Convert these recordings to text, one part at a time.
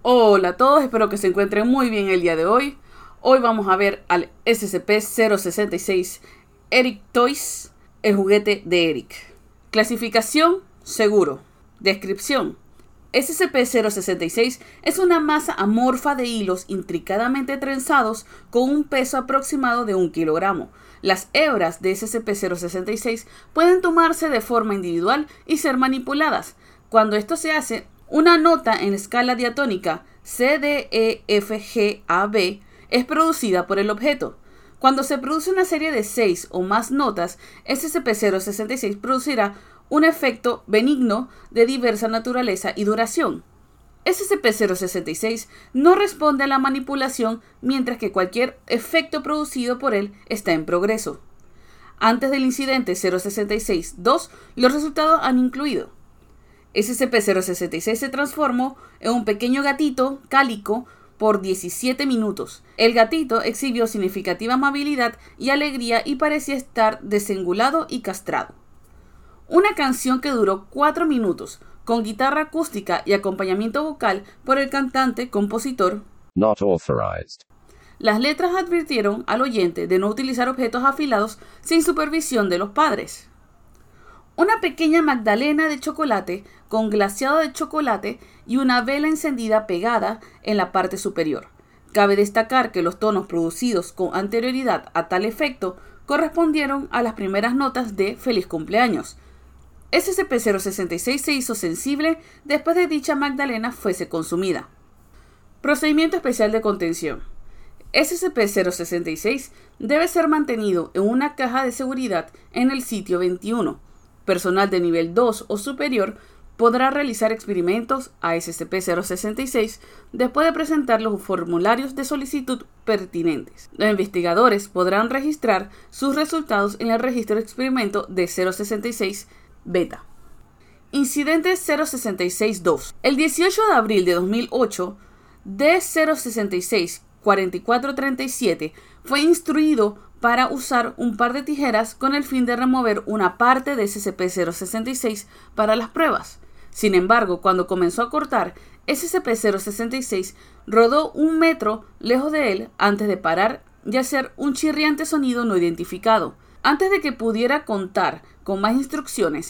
Hola a todos, espero que se encuentren muy bien el día de hoy. Hoy vamos a ver al SCP-066 Eric Toys, el juguete de Eric. Clasificación: seguro. Descripción: SCP-066 es una masa amorfa de hilos intricadamente trenzados con un peso aproximado de 1 kilogramo. Las hebras de SCP-066 pueden tomarse de forma individual y ser manipuladas. Cuando esto se hace, una nota en escala diatónica CDEFGAB es producida por el objeto. Cuando se produce una serie de 6 o más notas, SCP-066 producirá un efecto benigno de diversa naturaleza y duración. SCP-066 no responde a la manipulación, mientras que cualquier efecto producido por él está en progreso. Antes del incidente 066-2, los resultados han incluido: SCP-066 se transformó en un pequeño gatito cálico por 17 minutos. El gatito exhibió significativa amabilidad y alegría y parecía estar desengulado y castrado. Una canción que duró 4 minutos, con guitarra acústica y acompañamiento vocal por el cantante-compositor. Not authorized. Las letras advirtieron al oyente de no utilizar objetos afilados sin supervisión de los padres. Una pequeña magdalena de chocolate con glaseado de chocolate y una vela encendida pegada en la parte superior. Cabe destacar que los tonos producidos con anterioridad a tal efecto correspondieron a las primeras notas de Feliz Cumpleaños. SCP-066 se hizo sensible después de dicha magdalena fuese consumida. Procedimiento especial de contención. SCP-066 debe ser mantenido en una caja de seguridad en el sitio 21. Personal de nivel 2 o superior podrá realizar experimentos a SCP-066 después de presentar los formularios de solicitud pertinentes. Los investigadores podrán registrar sus resultados en el registro de experimento de 066 Beta. Incidente 066-2. El 18 de abril de 2008, D066-4437 fue instruido para usar un par de tijeras con el fin de remover una parte de SCP-066 para las pruebas. Sin embargo, cuando comenzó a cortar, SCP-066 rodó 1 metro lejos de él antes de parar y hacer un chirriante sonido no identificado. Antes de que pudiera contar con más instrucciones,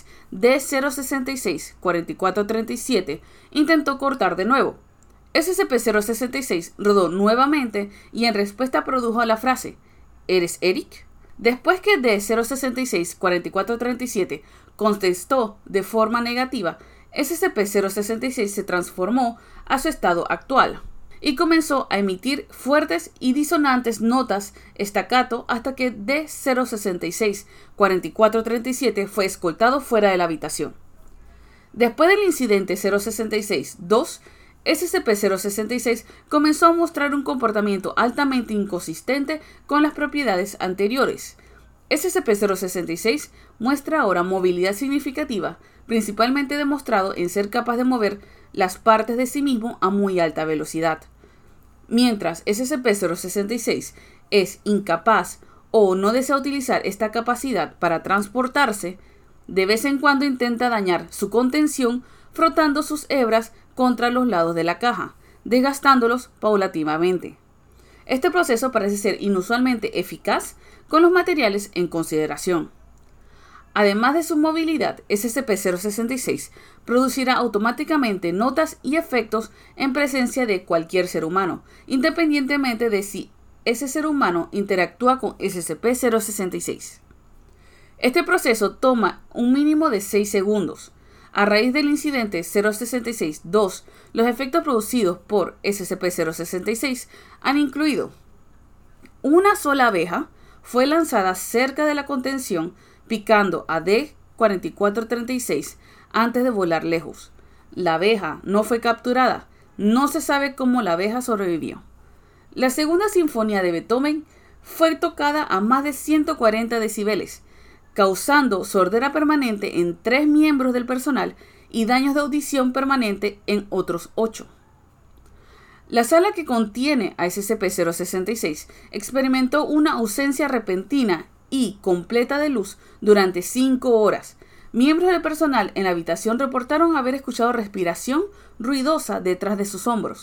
D066-4437 intentó cortar de nuevo. SCP-066 rodó nuevamente y en respuesta produjo la frase: ¿Eres Eric? Después que D066-4437 contestó de forma negativa, SCP-066 se transformó a su estado actual y comenzó a emitir fuertes y disonantes notas staccato hasta que D066-4437 fue escoltado fuera de la habitación. Después del incidente 066-2, SCP-066 comenzó a mostrar un comportamiento altamente inconsistente con las propiedades anteriores. SCP-066 muestra ahora movilidad significativa, principalmente demostrado en ser capaz de mover las partes de sí mismo a muy alta velocidad. Mientras SCP-066 es incapaz o no desea utilizar esta capacidad para transportarse, de vez en cuando intenta dañar su contención frotando sus hebras contra los lados de la caja, desgastándolos paulatinamente. Este proceso parece ser inusualmente eficaz con los materiales en consideración. Además de su movilidad, SCP-066 producirá automáticamente notas y efectos en presencia de cualquier ser humano, independientemente de si ese ser humano interactúa con SCP-066. Este proceso toma un mínimo de 6 segundos. A raíz del incidente 066-2, los efectos producidos por SCP-066 han incluido: una sola abeja fue lanzada cerca de la contención, picando a D-4436 antes de volar lejos. La abeja no fue capturada. No se sabe cómo la abeja sobrevivió. La segunda sinfonía de Beethoven fue tocada a más de 140 decibeles, causando sordera permanente en 3 miembros del personal y daños de audición permanente en otros 8. La sala que contiene a SCP-066 experimentó una ausencia repentina y completa de luz durante 5 horas. Miembros del personal en la habitación reportaron haber escuchado respiración ruidosa detrás de sus hombros.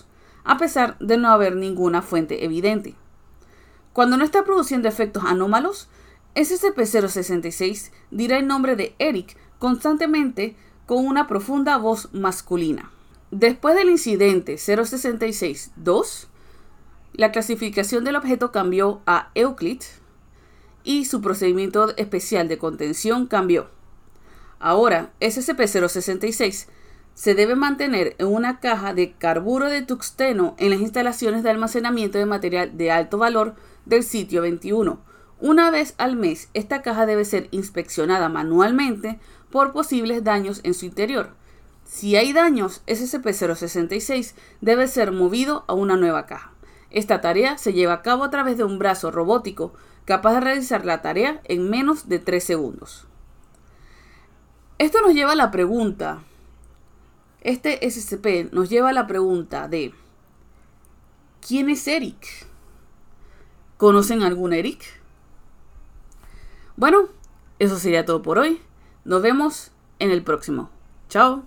a pesar de no haber ninguna fuente evidente. Cuando no está produciendo efectos anómalos, SCP-066 dirá el nombre de Eric constantemente con una profunda voz masculina. Después del incidente 066-2, la clasificación del objeto cambió a Euclid y su procedimiento especial de contención cambió. Ahora, SCP-066 se debe mantener en una caja de carburo de tungsteno en las instalaciones de almacenamiento de material de alto valor del sitio 21. Una vez al mes, esta caja debe ser inspeccionada manualmente por posibles daños en su interior. Si hay daños, SCP-066 debe ser movido a una nueva caja. Esta tarea se lleva a cabo a través de un brazo robótico capaz de realizar la tarea en menos de 3 segundos. Esto nos lleva a la pregunta. Este SCP nos lleva a la pregunta de ¿quién es Eric? ¿Conocen algún Eric? Bueno, eso sería todo por hoy. Nos vemos en el próximo. Chao.